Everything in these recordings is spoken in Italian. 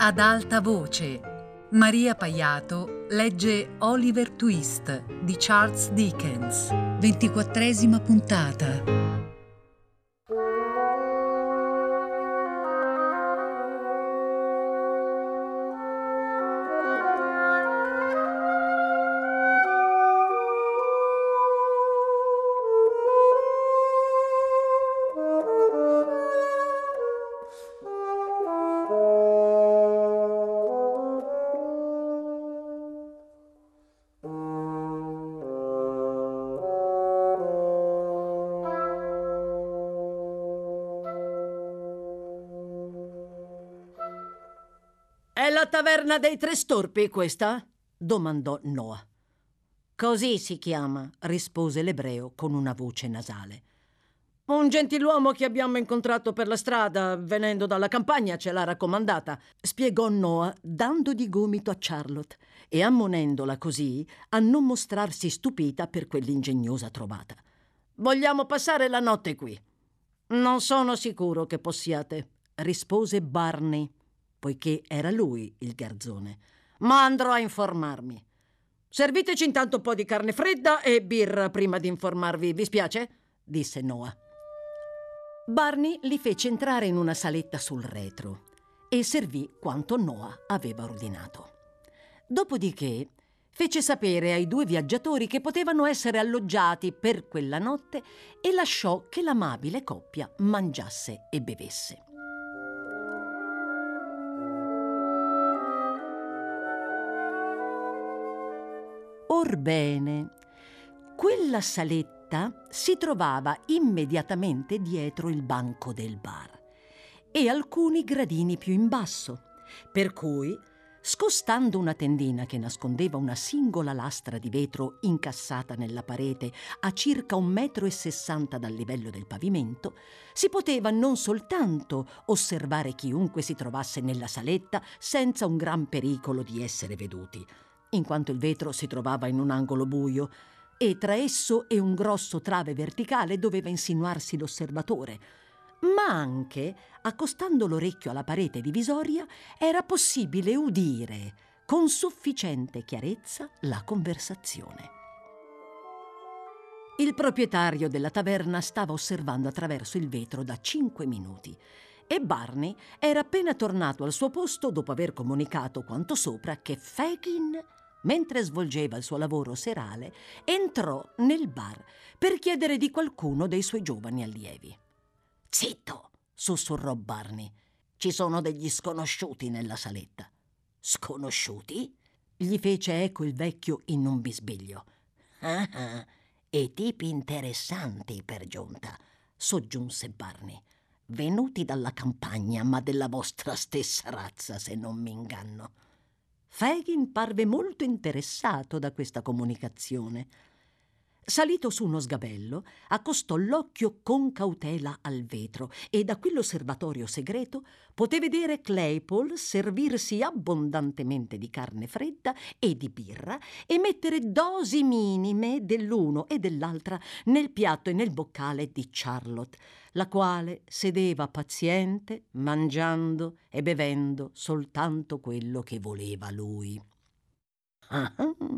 Ad alta voce, Maria Paiato legge Oliver Twist di Charles Dickens, 24ª puntata. «È la taverna dei Tre Storpi, questa?» domandò Noah. «Così si chiama», rispose l'ebreo con una voce nasale. «Un gentiluomo che abbiamo incontrato per la strada, venendo dalla campagna, ce l'ha raccomandata», spiegò Noah, dando di gomito a Charlotte e ammonendola così a non mostrarsi stupita per quell'ingegnosa trovata. «Vogliamo passare la notte qui». «Non sono sicuro che possiate», rispose Barney, poiché era lui il garzone, «ma andrò a informarmi. Serviteci intanto un po' di carne fredda e birra prima di informarvi, vi spiace?» disse Noah. Barney li fece entrare in una saletta sul retro e servì quanto Noah aveva ordinato. Dopodiché fece sapere ai due viaggiatori che potevano essere alloggiati per quella notte e lasciò che l'amabile coppia mangiasse e bevesse. Orbene, quella saletta si trovava immediatamente dietro il banco del bar e alcuni gradini più in basso, per cui, scostando una tendina che nascondeva una singola lastra di vetro incassata nella parete a circa 1,60 metri dal livello del pavimento, si poteva non soltanto osservare chiunque si trovasse nella saletta senza un gran pericolo di essere veduti, in quanto il vetro si trovava in un angolo buio e tra esso e un grosso trave verticale doveva insinuarsi l'osservatore, ma anche, accostando l'orecchio alla parete divisoria, era possibile udire con sufficiente chiarezza la conversazione. Il proprietario della taverna stava osservando attraverso il vetro da 5 minuti e Barney era appena tornato al suo posto dopo aver comunicato quanto sopra che Fagin, mentre svolgeva il suo lavoro serale, entrò nel bar per chiedere di qualcuno dei suoi giovani allievi. «Zitto!» sussurrò Barney. «Ci sono degli sconosciuti nella saletta». «Sconosciuti?» gli fece eco il vecchio in un bisbiglio. «Ah, e tipi interessanti per giunta», soggiunse Barney. «Venuti dalla campagna, ma della vostra stessa razza, se non mi inganno». Fagin parve molto interessato da questa comunicazione. Salito su uno sgabello, accostò l'occhio con cautela al vetro e da quell'osservatorio segreto poté vedere Claypole servirsi abbondantemente di carne fredda e di birra e mettere dosi minime dell'uno e dell'altra nel piatto e nel boccale di Charlotte, la quale sedeva paziente, mangiando e bevendo soltanto quello che voleva lui. «Ah,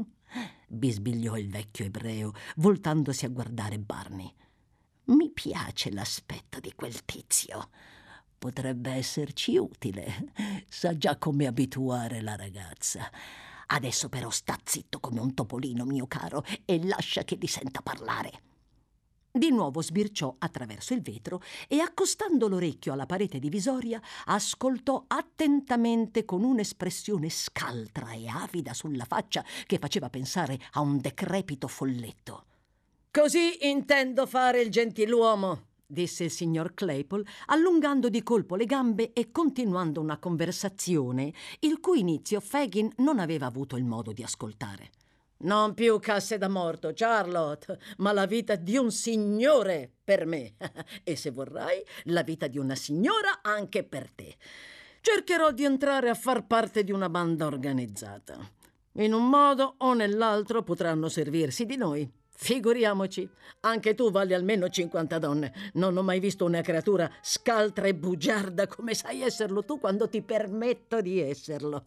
bisbigliò il vecchio ebreo, voltandosi a guardare Barney. «Mi piace l'aspetto di quel tizio. Potrebbe esserci utile. Sa già come abituare la ragazza. Adesso però sta zitto come un topolino, mio caro, e lascia che li senta parlare». Di nuovo sbirciò attraverso il vetro e, accostando l'orecchio alla parete divisoria, ascoltò attentamente con un'espressione scaltra e avida sulla faccia che faceva pensare a un decrepito folletto. «Così intendo fare il gentiluomo», disse il signor Claypole, allungando di colpo le gambe e continuando una conversazione il cui inizio Fagin non aveva avuto il modo di ascoltare. «Non più casse da morto, Charlotte, ma la vita di un signore per me e, se vorrai, la vita di una signora anche per te. Cercherò di entrare a far parte di una banda organizzata. In un modo o nell'altro potranno servirsi di noi. Figuriamoci, anche tu vali almeno 50 donne. Non ho mai visto una creatura scaltra e bugiarda come sai esserlo tu quando ti permetto di esserlo.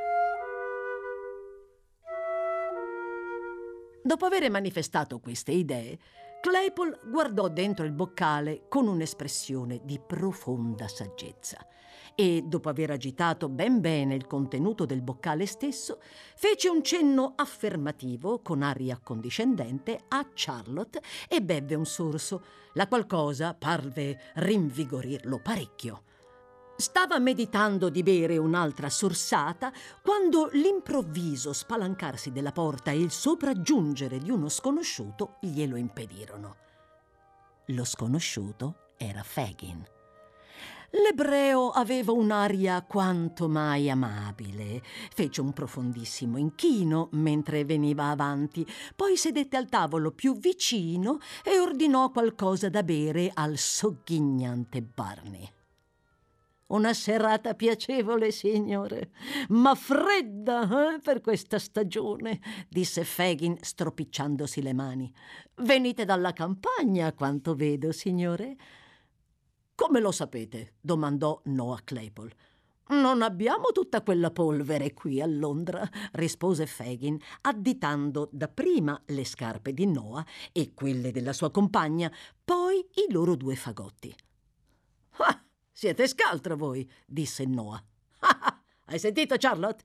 Dopo aver manifestato queste idee, Claypole guardò dentro il boccale con un'espressione di profonda saggezza e, dopo aver agitato ben bene il contenuto del boccale stesso, fece un cenno affermativo con aria accondiscendente a Charlotte e bevve un sorso, la qual cosa parve rinvigorirlo parecchio. Stava meditando di bere un'altra sorsata quando l'improvviso spalancarsi della porta e il sopraggiungere di uno sconosciuto glielo impedirono. Lo sconosciuto era Fagin. L'ebreo aveva un'aria quanto mai amabile. Fece un profondissimo inchino mentre veniva avanti, poi sedette al tavolo più vicino e ordinò qualcosa da bere al sogghignante Barney. Una serata piacevole, signore, ma fredda per questa stagione, disse Fagin stropicciandosi le mani. Venite dalla campagna, a quanto vedo, signore. Come lo sapete? Domandò Noah Claypole. Non abbiamo tutta quella polvere qui a Londra, rispose Fagin, additando dapprima le scarpe di Noah e quelle della sua compagna, poi i loro 2 fagotti. Ah! Siete scaltra voi, disse Noah. Hai sentito, Charlotte?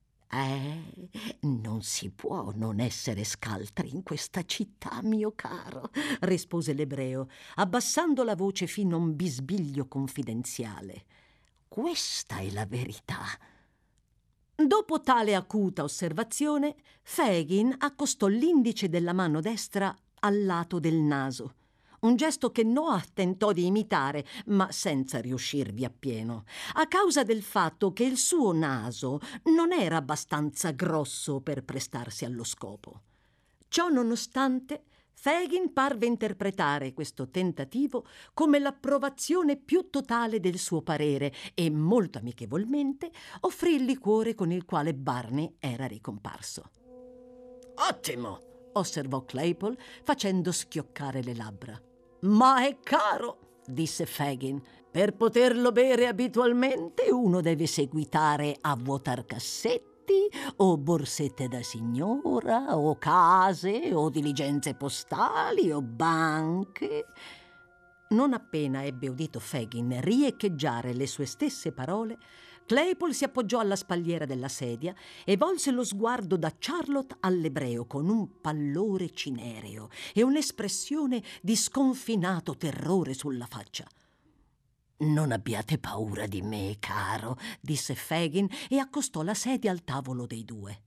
Non si può non essere scaltri in questa città, mio caro, rispose l'ebreo, abbassando la voce fino a un bisbiglio confidenziale. Questa è la verità. Dopo tale acuta osservazione, Fagin accostò l'indice della mano destra al lato del naso. Un gesto che Noah tentò di imitare, ma senza riuscirvi appieno, a causa del fatto che il suo naso non era abbastanza grosso per prestarsi allo scopo. Ciò nonostante, Fagin parve interpretare questo tentativo come l'approvazione più totale del suo parere e, molto amichevolmente, offrì il liquore con il quale Barney era ricomparso. «Ottimo!» osservò Claypole, facendo schioccare le labbra. «Ma è caro!» disse Fagin. «Per poterlo bere abitualmente uno deve seguitare a vuotar cassetti o borsette da signora o case o diligenze postali o banche». Non appena ebbe udito Fagin riecheggiare le sue stesse parole, Claypole si appoggiò alla spalliera della sedia e volse lo sguardo da Charlotte all'ebreo con un pallore cinereo e un'espressione di sconfinato terrore sulla faccia. «Non abbiate paura di me, caro», disse Fagin e accostò la sedia al tavolo dei 2.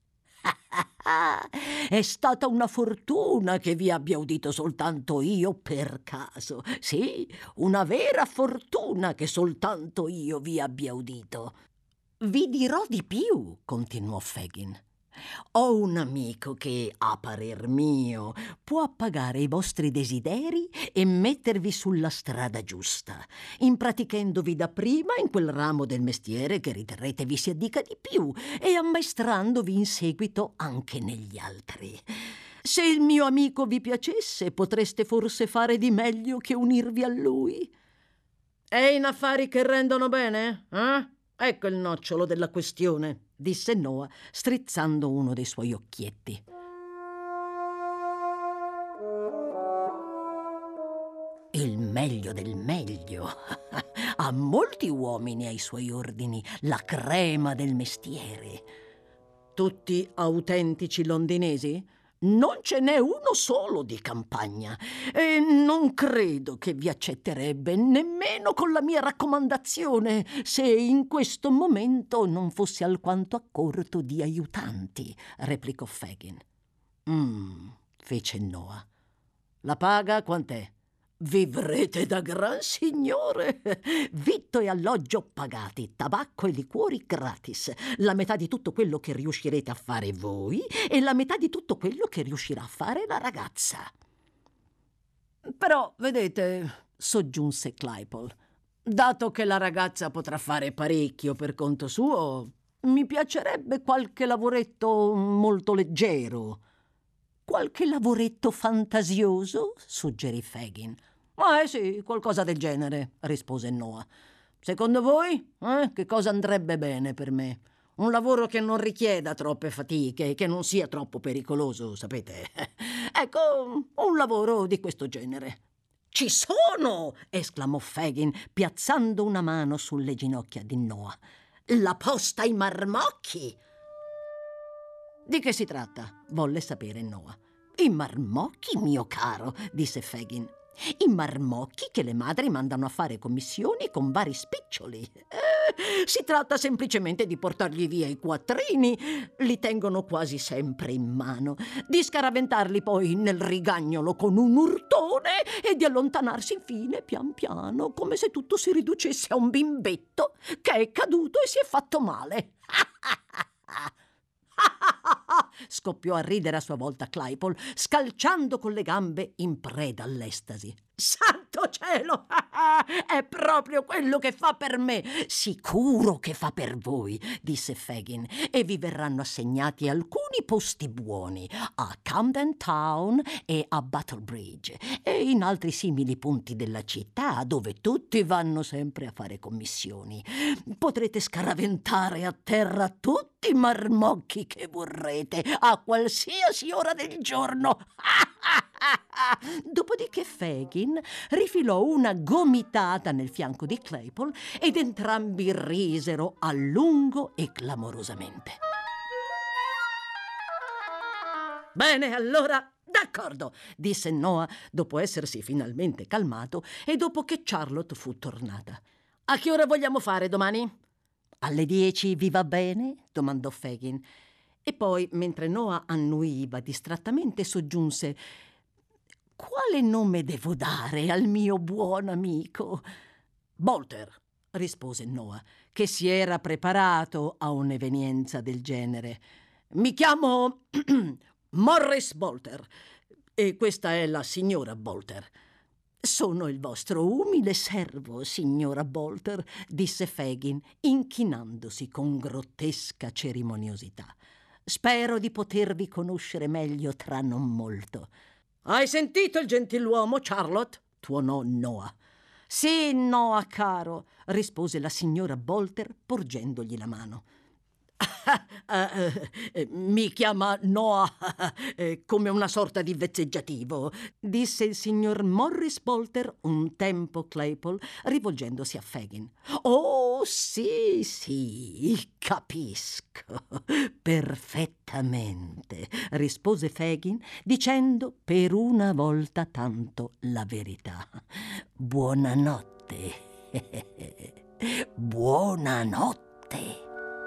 «È stata una fortuna che vi abbia udito soltanto io per caso. Sì, una vera fortuna che soltanto io vi abbia udito». «Vi dirò di più», continuò Fagin. «Ho un amico che, a parer mio, può appagare i vostri desideri e mettervi sulla strada giusta, impratichendovi dapprima in quel ramo del mestiere che riterrete vi si addica di più e ammaestrandovi in seguito anche negli altri. Se il mio amico vi piacesse, potreste forse fare di meglio che unirvi a lui». «E in affari che rendono bene, eh? Ecco il nocciolo della questione», disse Noah, strizzando uno dei suoi occhietti. «Il meglio del meglio. Ha molti uomini ai suoi ordini, la crema del mestiere». «Tutti autentici londinesi?» «Non ce n'è uno solo di campagna e non credo che vi accetterebbe nemmeno con la mia raccomandazione se in questo momento non fosse alquanto a corto di aiutanti», replicò Fagin. Fece Noah. «La paga quant'è?» «Vivrete da gran signore. Vitto e alloggio pagati, tabacco e liquori gratis, la metà di tutto quello che riuscirete a fare voi e la metà di tutto quello che riuscirà a fare la ragazza». «Però, vedete», soggiunse Claypole, «dato che la ragazza potrà fare parecchio per conto suo, mi piacerebbe qualche lavoretto molto leggero». Qualche lavoretto fantasioso? Suggerì Fagin. Sì, qualcosa del genere, rispose Noah. Secondo voi, che cosa andrebbe bene per me? Un lavoro che non richieda troppe fatiche e che non sia troppo pericoloso, sapete? Ecco, un lavoro di questo genere. Ci sono! Esclamò Fagin, piazzando una mano sulle ginocchia di Noah. La posta ai marmocchi! Di che si tratta? Volle sapere Noah. I marmocchi, mio caro, disse Fagin. I marmocchi che le madri mandano a fare commissioni con vari spiccioli. Si tratta semplicemente di portargli via i quattrini, li tengono quasi sempre in mano, di scaraventarli poi nel rigagnolo con un urtone e di allontanarsi infine pian piano, come se tutto si riducesse a un bimbetto che è caduto e si è fatto male. Scoppiò a ridere a sua volta Claypole, scalciando con le gambe in preda all'estasi. Santo cielo! È proprio quello che fa per me! Sicuro che fa per voi, disse Fagin, e vi verranno assegnati alcuni posti buoni a Camden Town e a Battle Bridge e in altri simili punti della città dove tutti vanno sempre a fare commissioni. Potrete scaraventare a terra tutti i marmocchi che vorrete a qualsiasi ora del giorno. Dopodiché Fagin rifilò una gomitata nel fianco di Claypole ed entrambi risero a lungo e clamorosamente. Bene, allora, d'accordo, disse Noah dopo essersi finalmente calmato e dopo che Charlotte fu tornata. A che ora vogliamo fare domani? Alle 10 vi va bene? Domandò Fagin. E poi, mentre Noah annuiva distrattamente, soggiunse: quale nome devo dare al mio buon amico? Bolter, rispose Noah, che si era preparato a un'evenienza del genere. Mi chiamo Morris Bolter e questa è la signora Bolter. Sono il vostro umile servo, signora Bolter, disse Fagin, inchinandosi con grottesca cerimoniosità. Spero di potervi conoscere meglio tra non molto. Hai sentito il gentiluomo, Charlotte? Tuonò Noah. Sì, Noah, caro, rispose la signora Bolter, porgendogli la mano. Mi chiama Noah, come una sorta di vezzeggiativo, disse il signor Morris Bolter un tempo Claypole, rivolgendosi a Fagin. Oh, sì, capisco, perfettamente, rispose Fagin, dicendo per una volta tanto la verità. Buonanotte. Buonanotte.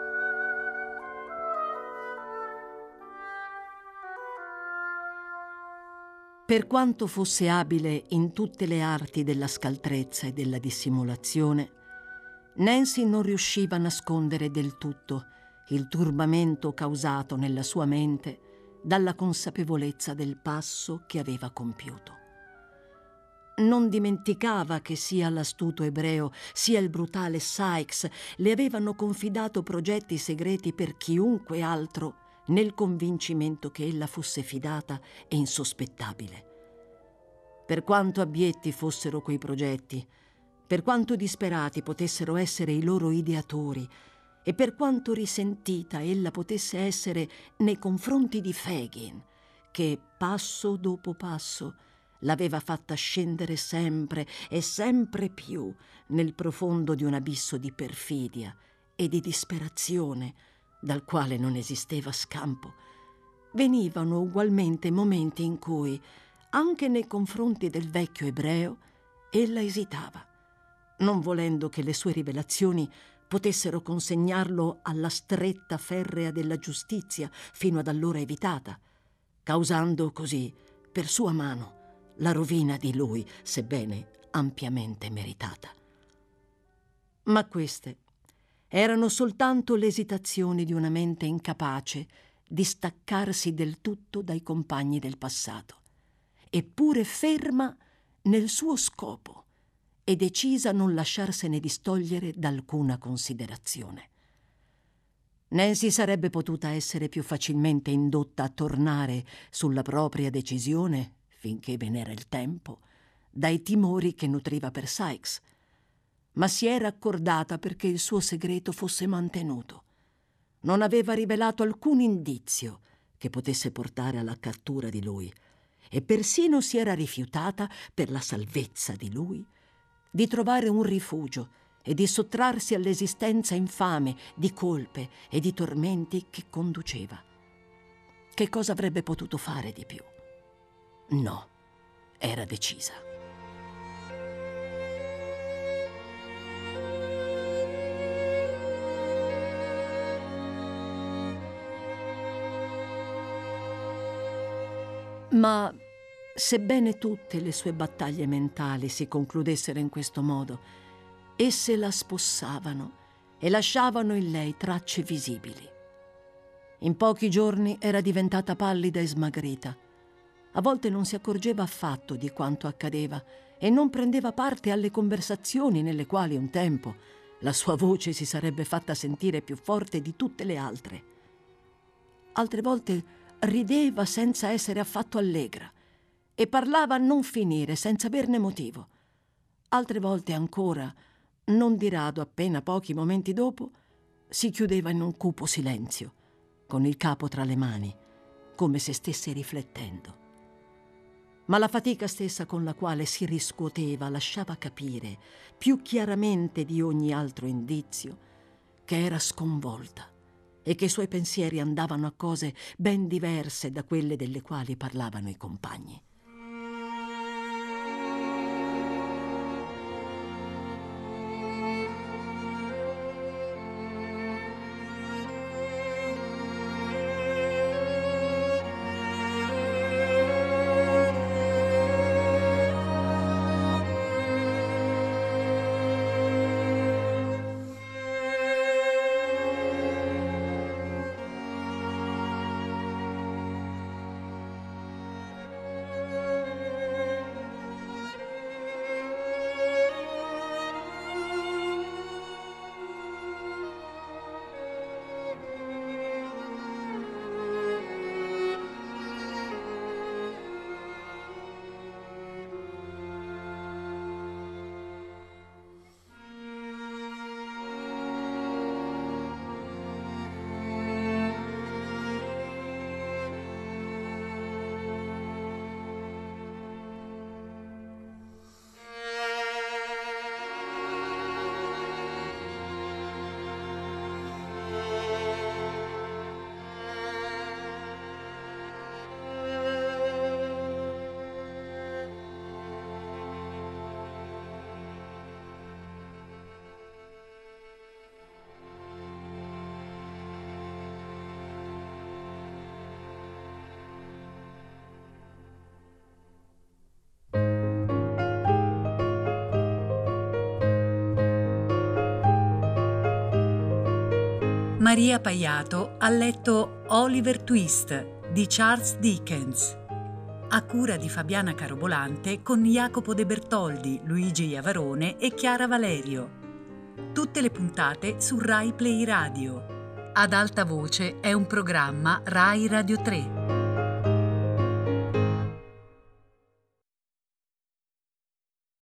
Per quanto fosse abile in tutte le arti della scaltrezza e della dissimulazione, Nancy non riusciva a nascondere del tutto il turbamento causato nella sua mente dalla consapevolezza del passo che aveva compiuto. Non dimenticava che sia l'astuto ebreo sia il brutale Sykes le avevano confidato progetti segreti per chiunque altro, nel convincimento che ella fosse fidata e insospettabile. Per quanto abietti fossero quei progetti, per quanto disperati potessero essere i loro ideatori e per quanto risentita ella potesse essere nei confronti di Fagin, che passo dopo passo l'aveva fatta scendere sempre e sempre più nel profondo di un abisso di perfidia e di disperazione dal quale non esisteva scampo, venivano ugualmente momenti in cui, anche nei confronti del vecchio ebreo, ella esitava, non volendo che le sue rivelazioni potessero consegnarlo alla stretta ferrea della giustizia fino ad allora evitata, causando così, per sua mano, la rovina di lui, sebbene ampiamente meritata. Ma queste erano soltanto le esitazioni di una mente incapace di staccarsi del tutto dai compagni del passato, eppure ferma nel suo scopo e decisa a non lasciarsene distogliere da alcuna considerazione. Nancy sarebbe potuta essere più facilmente indotta a tornare sulla propria decisione, finché ve n'era il tempo, dai timori che nutriva per Sykes, ma si era accordata perché il suo segreto fosse mantenuto. Non aveva rivelato alcun indizio che potesse portare alla cattura di lui e persino si era rifiutata, per la salvezza di lui, di trovare un rifugio e di sottrarsi all'esistenza infame di colpe e di tormenti che conduceva. Che cosa avrebbe potuto fare di più? No, era decisa. Ma sebbene tutte le sue battaglie mentali si concludessero in questo modo, esse la spossavano e lasciavano in lei tracce visibili. In pochi giorni era diventata pallida e smagrita. A volte non si accorgeva affatto di quanto accadeva e non prendeva parte alle conversazioni nelle quali un tempo la sua voce si sarebbe fatta sentire più forte di tutte le altre. Altre volte rideva senza essere affatto allegra e parlava a non finire senza averne motivo. Altre volte ancora, non di rado appena pochi momenti dopo, si chiudeva in un cupo silenzio, con il capo tra le mani, come se stesse riflettendo. Ma la fatica stessa con la quale si riscuoteva lasciava capire, più chiaramente di ogni altro indizio, che era sconvolta e che i suoi pensieri andavano a cose ben diverse da quelle delle quali parlavano i compagni. Maria Paiato ha letto Oliver Twist di Charles Dickens, a cura di Fabiana Carobolante con Jacopo De Bertoldi, Luigi Iavarone e Chiara Valerio. Tutte le puntate su Rai Play Radio. Ad alta voce è un programma Rai Radio 3.